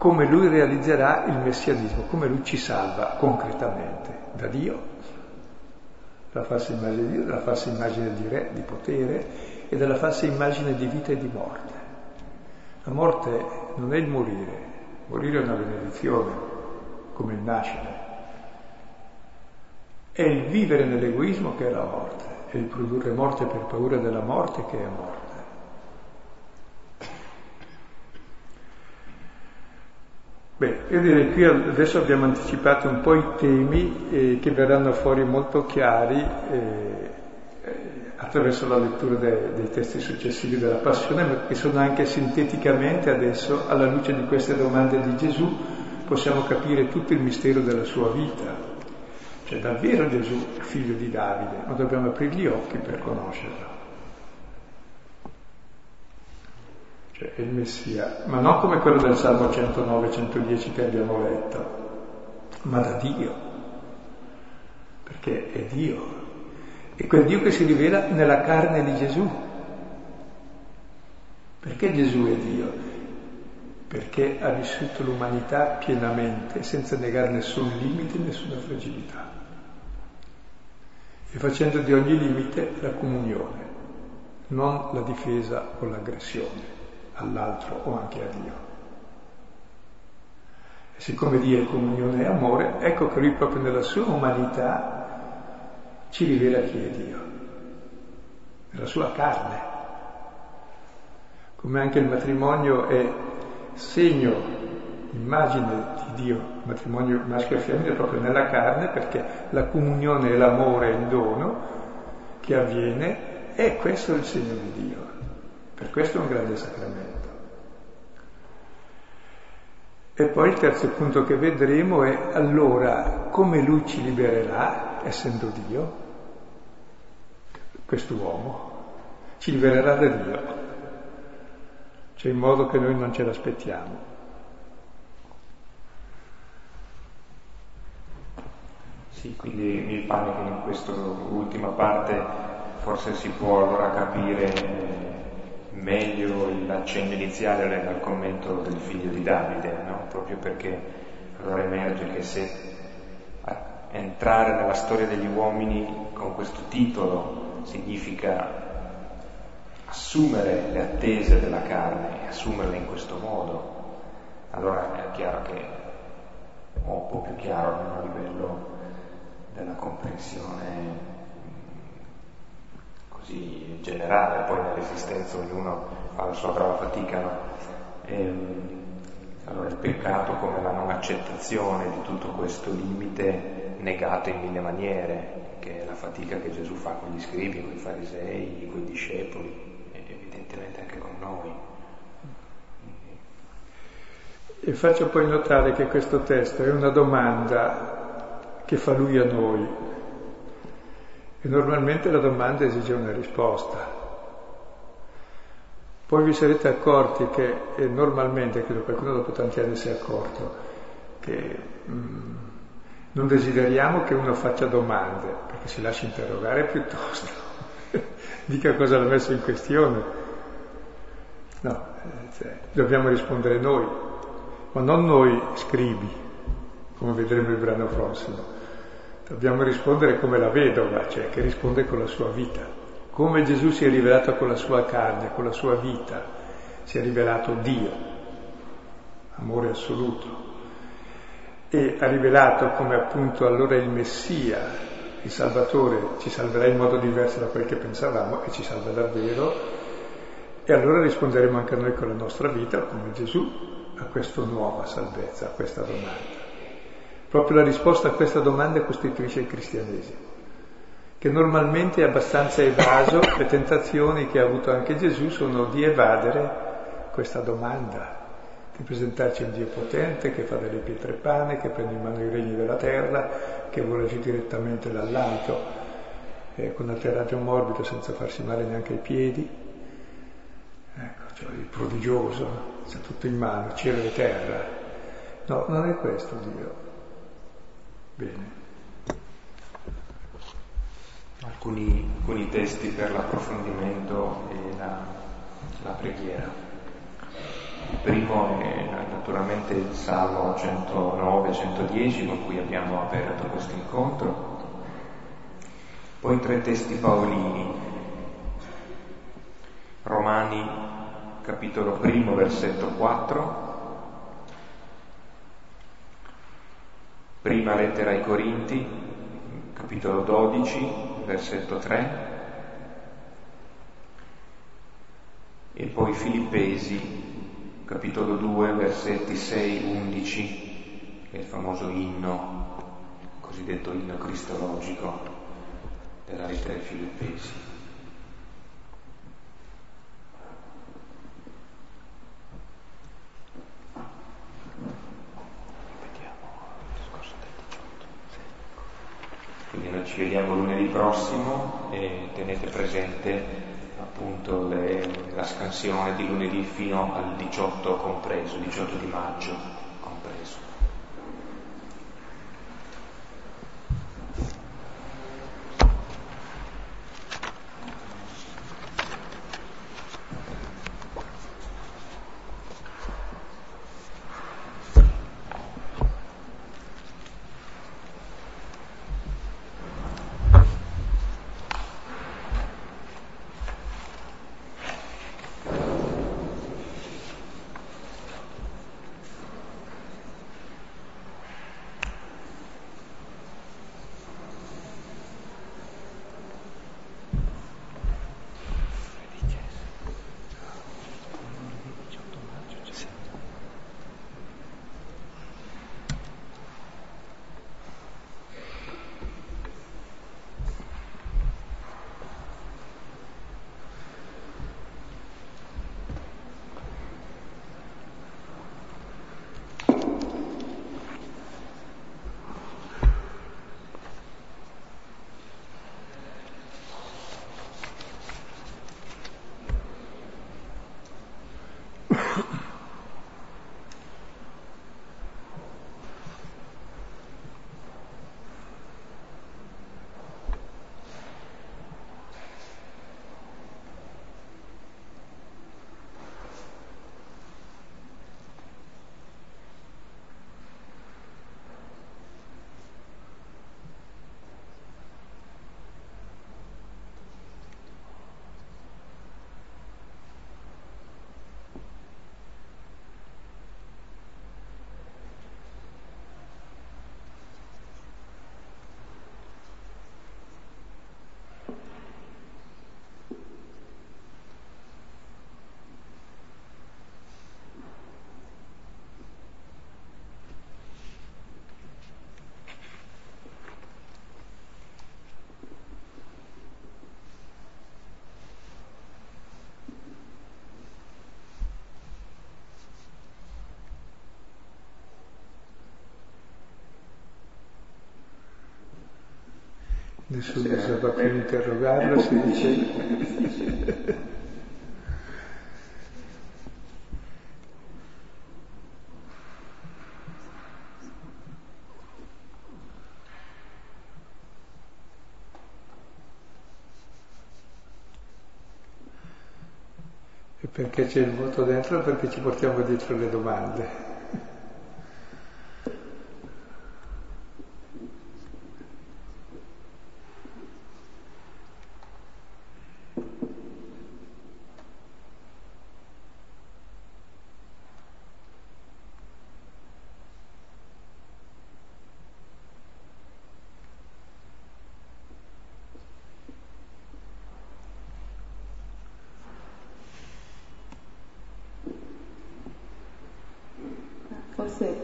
come lui realizzerà il messianismo, come lui ci salva concretamente da Dio, dalla falsa immagine di Dio, dalla falsa immagine di re, di potere e dalla falsa immagine di vita e di morte. La morte non è il morire, morire è una benedizione, come il nascere. È il vivere nell'egoismo che è la morte, è il produrre morte per paura della morte che è morte. Beh, io direi qui adesso abbiamo anticipato un po' i temi eh, che verranno fuori molto chiari eh, attraverso la lettura de, dei testi successivi della Passione, ma che sono anche sinteticamente adesso, alla luce di queste domande di Gesù, possiamo capire tutto il mistero della sua vita. Cioè davvero Gesù è figlio di Davide, ma dobbiamo aprire gli occhi per conoscerlo. Cioè è il Messia, ma non come quello del Salmo centonove centodieci che abbiamo letto, ma da Dio, perché è Dio. È quel Dio che si rivela nella carne di Gesù. Perché Gesù è Dio? Perché ha vissuto l'umanità pienamente, senza negare nessun limite, nessuna fragilità. E facendo di ogni limite la comunione, non la difesa o l'aggressione all'altro o anche a Dio. E siccome Dio è comunione e amore, ecco che lui proprio nella sua umanità ci rivela chi è Dio, nella sua carne. Come anche il matrimonio è segno, immagine di Dio, il matrimonio maschio e femmina è proprio nella carne, perché la comunione e l'amore e il dono che avviene è questo il segno di Dio. Per questo è un grande sacramento. E poi il terzo punto che vedremo è allora come lui ci libererà, essendo Dio, quest'uomo, ci libererà da Dio, cioè in modo che noi non ce l'aspettiamo. Sì, quindi mi pare che in questa ultima parte forse si può allora capire meglio l'accenno iniziale nel commento del figlio di Davide, no? Proprio perché allora emerge che se entrare nella storia degli uomini con questo titolo significa assumere le attese della carne e assumerle in questo modo, allora è chiaro che, o un po' più chiaro a livello della comprensione così generale, poi nell'esistenza ognuno fa la sua brava fatica, no? E, allora il peccato come la non accettazione di tutto questo limite negato in mille maniere, che è la fatica che Gesù fa con gli scribi, con i farisei, con i discepoli, e evidentemente anche con noi. E faccio poi notare che questo testo è una domanda che fa lui a noi, e normalmente la domanda esige una risposta. Poi vi sarete accorti che, e normalmente, credo qualcuno dopo tanti anni si è accorto, che mm, non desideriamo che uno faccia domande, perché si lascia interrogare piuttosto, dica cosa l'ha messo in questione. No, cioè, dobbiamo rispondere noi, ma non noi scribi, come vedremo il brano prossimo. Dobbiamo rispondere come la vedova, cioè che risponde con la sua vita. Come Gesù si è rivelato con la sua carne, con la sua vita, si è rivelato Dio, amore assoluto, e ha rivelato come appunto allora il Messia, il Salvatore, ci salverà in modo diverso da quel che pensavamo e ci salva davvero, e allora risponderemo anche noi con la nostra vita, come Gesù, a questa nuova salvezza, a questa domanda. Proprio la risposta a questa domanda costituisce il cristianesimo, che normalmente è abbastanza evaso. Le tentazioni che ha avuto anche Gesù sono di evadere questa domanda, di presentarci un Dio potente che fa delle pietre pane, che prende in mano i regni della terra, che vuole agire direttamente dall'alto, eh, con atterraggio morbido senza farsi male neanche ai piedi. Ecco, cioè il prodigioso, c'è tutto in mano, cielo e terra. No, non è questo Dio. Bene. Alcuni, alcuni testi per l'approfondimento e la, la preghiera. Il primo è naturalmente il Salmo centonove centodieci con cui abbiamo aperto questo incontro, poi tre testi paolini, Romani capitolo primo versetto quattro, prima lettera ai Corinti capitolo dodici versetto tre e poi Filippesi capitolo due versetti sei undici, che è il famoso inno, cosiddetto inno cristologico della lettera ai Filippesi. Quindi noi ci vediamo lunedì prossimo e tenete presente appunto le, la scansione di lunedì fino al diciotto compreso, diciotto di maggio compreso. Nessuno osava più interrogarlo, si dice. E perché c'è il voto dentro? Perché ci portiamo dietro le domande. Forse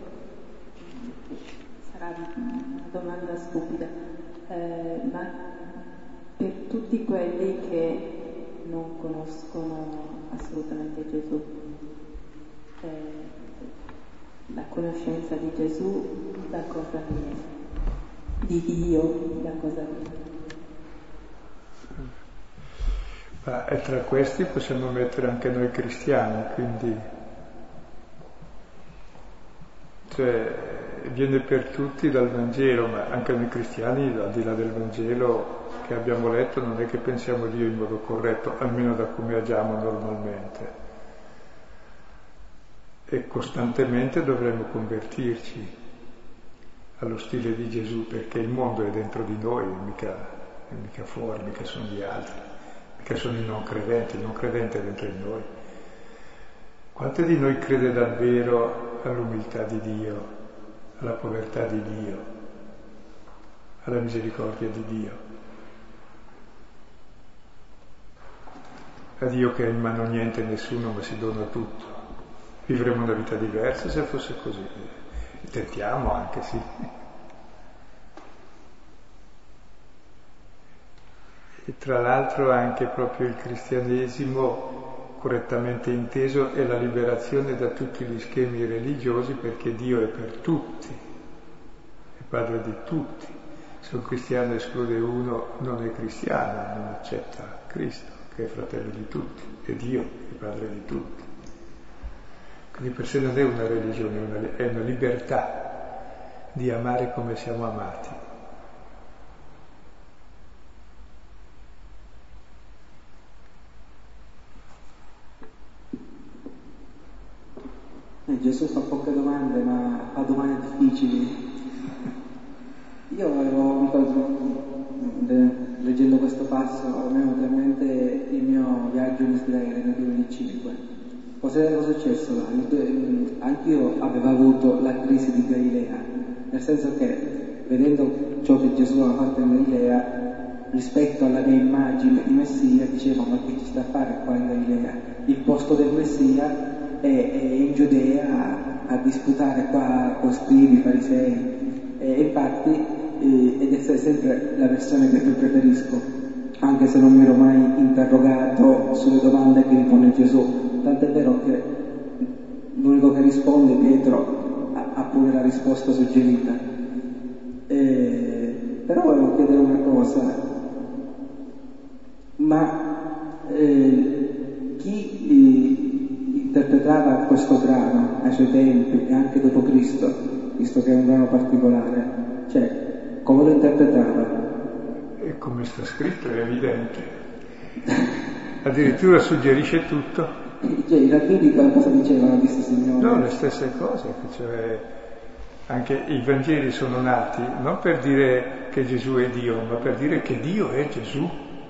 sarà una domanda stupida, eh, ma per tutti quelli che non conoscono assolutamente Gesù, eh, la conoscenza di Gesù da cosa viene? Di Dio da cosa viene? Ma e tra questi possiamo mettere anche noi cristiani, quindi cioè viene per tutti dal Vangelo, ma anche noi cristiani, al di là del Vangelo che abbiamo letto, non è che pensiamo Dio in modo corretto, almeno da come agiamo normalmente. e costantemente dovremmo convertirci allo stile di Gesù, perché il mondo è dentro di noi, mica, è mica fuori, mica sono gli altri, mica sono i non credenti, il non credente è dentro di noi. Quante di noi crede davvero all'umiltà di Dio, alla povertà di Dio, alla misericordia di Dio, a Dio che ha in mano niente e nessuno ma si dona tutto? Vivremo una vita diversa se fosse così. Tentiamo anche, sì. E tra l'altro anche proprio il cristianesimo, correttamente inteso, è la liberazione da tutti gli schemi religiosi, perché Dio è per tutti, è padre di tutti. Se un cristiano esclude uno, non è cristiano, non accetta Cristo, che è fratello di tutti, è Dio, è padre di tutti. Quindi per sé non è una religione, è una, è una libertà di amare come siamo amati. Eh, Gesù fa poche domande, ma fa domande difficili. Io avevo, leggendo questo passo, mi è venuto in mente il mio viaggio in Israele nel duemilacinque. Cosa era successo là? Anch'io avevo avuto la crisi di Galilea, nel senso che, vedendo ciò che Gesù aveva fatto in Galilea, rispetto alla mia immagine di Messia, dicevo: ma che ci sta a fare qua in Galilea? Il posto del Messia è, è in Giudea a, a disputare qua con scribi, farisei, e infatti, eh, ed è sempre la versione che più preferisco, anche se non mi ero mai interrogato sulle domande che mi pone Gesù. Tant'è vero che l'unico che risponde, Pietro, ha pure la risposta suggerita. Eh, però volevo chiedere una cosa, ma eh, chi eh, interpretava questo brano ai suoi tempi e anche dopo Cristo, visto che è un brano particolare, cioè come lo interpretava? E come sta scritto è evidente, addirittura suggerisce tutto. Cioè, i rabbini cosa dicevano di questo Signore? No, le stesse cose, cioè anche i Vangeli sono nati non per dire che Gesù è Dio, ma per dire che Dio è Gesù.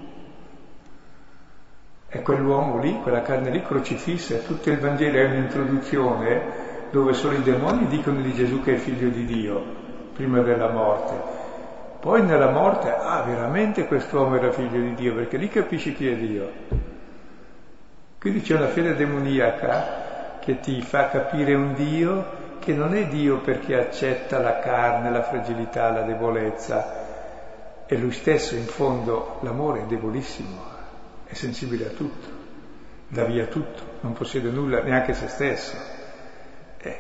È quell'uomo lì, quella carne lì crocifissa. Tutto il Vangelo è un'introduzione dove solo i demoni dicono di Gesù che è figlio di Dio, prima della morte. Poi nella morte, ah, veramente quest'uomo era figlio di Dio, perché lì capisci chi è Dio. Quindi c'è una fede demoniaca che ti fa capire un Dio che non è Dio perché accetta la carne, la fragilità, la debolezza. È Lui stesso, in fondo, l'amore è debolissimo, è sensibile a tutto, dà via tutto, non possiede nulla, neanche se stesso. Eh.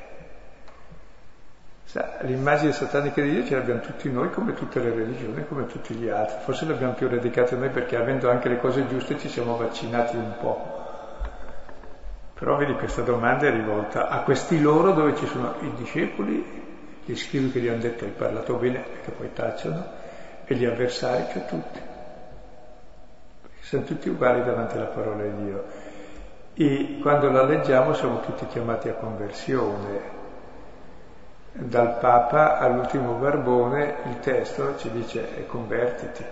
Sa, l'immagine satanica di Dio ce l'abbiamo tutti noi, come tutte le religioni, come tutti gli altri. Forse l'abbiamo più radicata noi perché, avendo anche le cose giuste, ci siamo vaccinati un po'. Però vedi, questa domanda è rivolta a questi loro dove ci sono i discepoli, gli scribi che gli hanno detto hai parlato bene, che poi tacciono, e gli avversari, cioè tutti. Perché sono tutti uguali davanti alla parola di Dio. E quando la leggiamo siamo tutti chiamati a conversione. Dal Papa all'ultimo barbone il testo ci dice convertiti.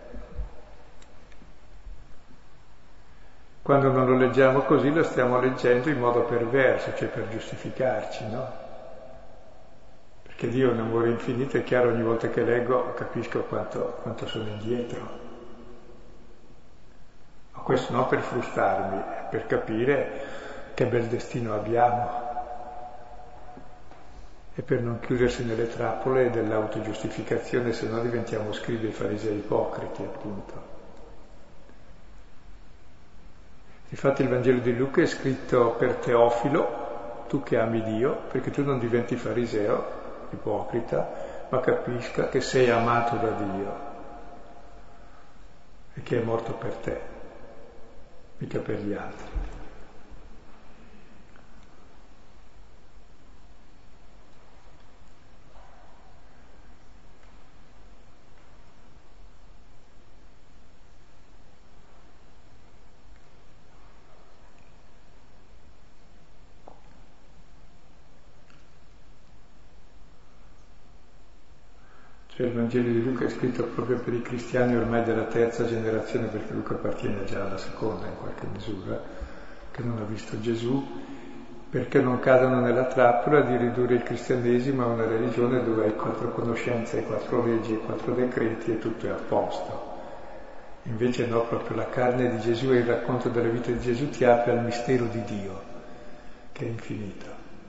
Quando non lo leggiamo così lo stiamo leggendo in modo perverso, cioè per giustificarci, no? Perché Dio è un amore infinito, è chiaro, ogni volta che leggo capisco quanto, quanto sono indietro. Ma questo non per frustarmi, è per capire che bel destino abbiamo e per non chiudersi nelle trappole dell'autogiustificazione, se no diventiamo scribi e farisei ipocriti, appunto. Infatti il Vangelo di Luca è scritto per Teofilo, tu che ami Dio, perché tu non diventi fariseo, ipocrita, ma capisca che sei amato da Dio e che è morto per te, mica per gli altri. Cioè il Vangelo di Luca è scritto proprio per i cristiani ormai della terza generazione, perché Luca appartiene già alla seconda in qualche misura, che non ha visto Gesù, perché non cadano nella trappola di ridurre il cristianesimo a una religione dove hai quattro conoscenze, quattro leggi e quattro decreti e tutto è a posto. Invece no, proprio la carne di Gesù e il racconto della vita di Gesù ti apre al mistero di Dio, che è infinito,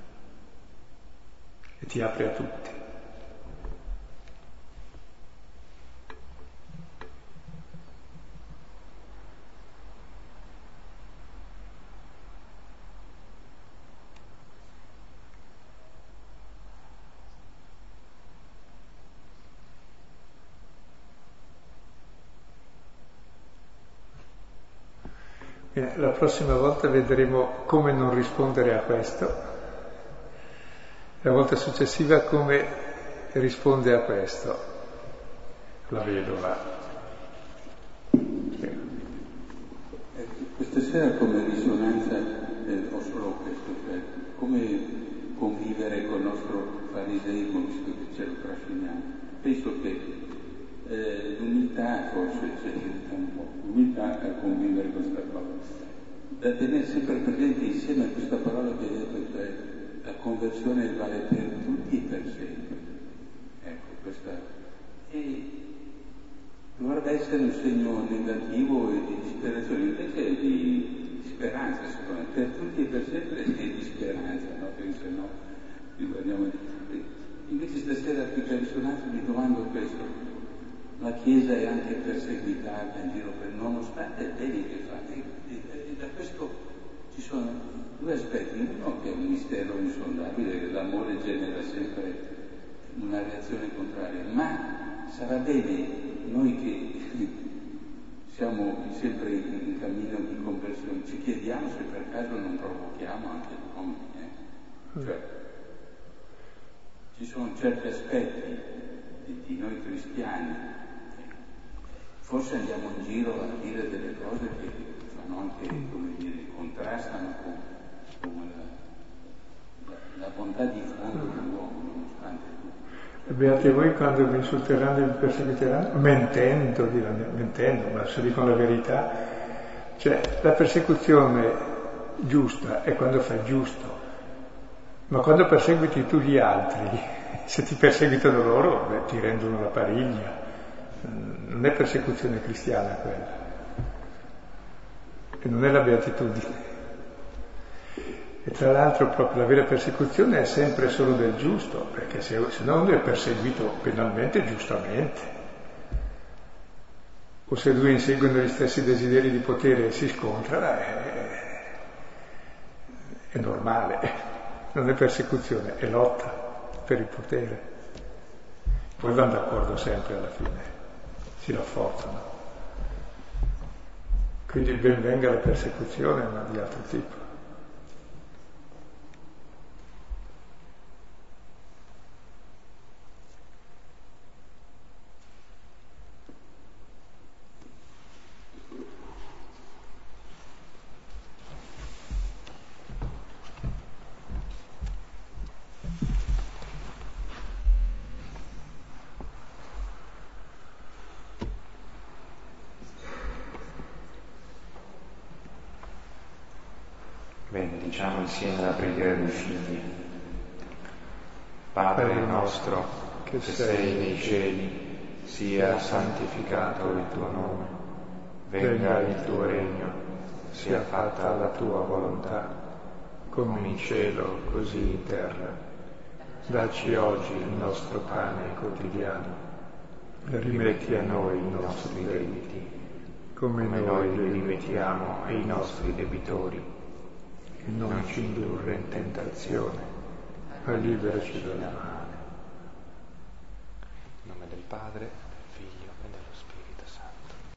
e ti apre a tutti. La prossima volta vedremo come non rispondere a questo, la volta successiva come risponde a questo la vedova. Questa sera come risonanza eh, ho solo questo, cioè come convivere col nostro fariseismo, visto che ce lo trasciniamo. Penso che eh, l'umiltà forse ci aiuta un po', l'umiltà a convivere con questa parola, da tenere sempre presente insieme a questa parola che hai detto, cioè la conversione vale per tutti e per sempre. Ecco, questa e dovrebbe essere un segno negativo e di disperazione, invece di speranza, secondo me, per tutti e per sempre e di speranza, no? Perché se no rimaniamo. Invece stasera qui c'è risonanza, mi domando questo. La Chiesa è anche perseguitata in giro per nonostante il bene che fa. E, e, e da questo ci sono due aspetti. Uno che è un mistero insondabile, che l'amore genera sempre una reazione contraria, ma sarà bene noi che siamo sempre in cammino di conversione, ci chiediamo se per caso non provochiamo anche gli uomini. Eh? Cioè, ci sono certi aspetti di, di noi cristiani. Forse andiamo in giro a dire delle cose che fanno anche, come dire, contrastano con, con la, la, la bontà di fondo dell'uomo, nonostante tutto. Beati voi quando vi insulteranno e vi perseguiteranno, mentendo, diranno, mentendo, ma se dicono la verità. Cioè, la persecuzione giusta è quando fai giusto, ma quando perseguiti tu gli altri, se ti perseguitano loro, beh, ti rendono la pariglia. Non è persecuzione cristiana quella, e non è la beatitudine. E tra l'altro proprio la vera persecuzione è sempre solo del giusto, perché se, se no uno è perseguito penalmente giustamente, o se due inseguono gli stessi desideri di potere e si scontrano, è, è normale, non è persecuzione, è lotta per il potere. Poi vanno d'accordo sempre alla fine, si rafforzano. Quindi ben venga la persecuzione, ma di altro tipo. Bene, diciamo insieme la preghiera dei figli. Padre nostro, che sei nei cieli, sia santificato il tuo nome, venga il tuo regno, sia fatta la tua volontà, come in cielo, così in terra. Dacci oggi il nostro pane quotidiano, rimetti a noi i nostri debiti, come noi li rimettiamo ai nostri debitori. Non ci indurre in tentazione, ma liberaci dal male. In nome del Padre,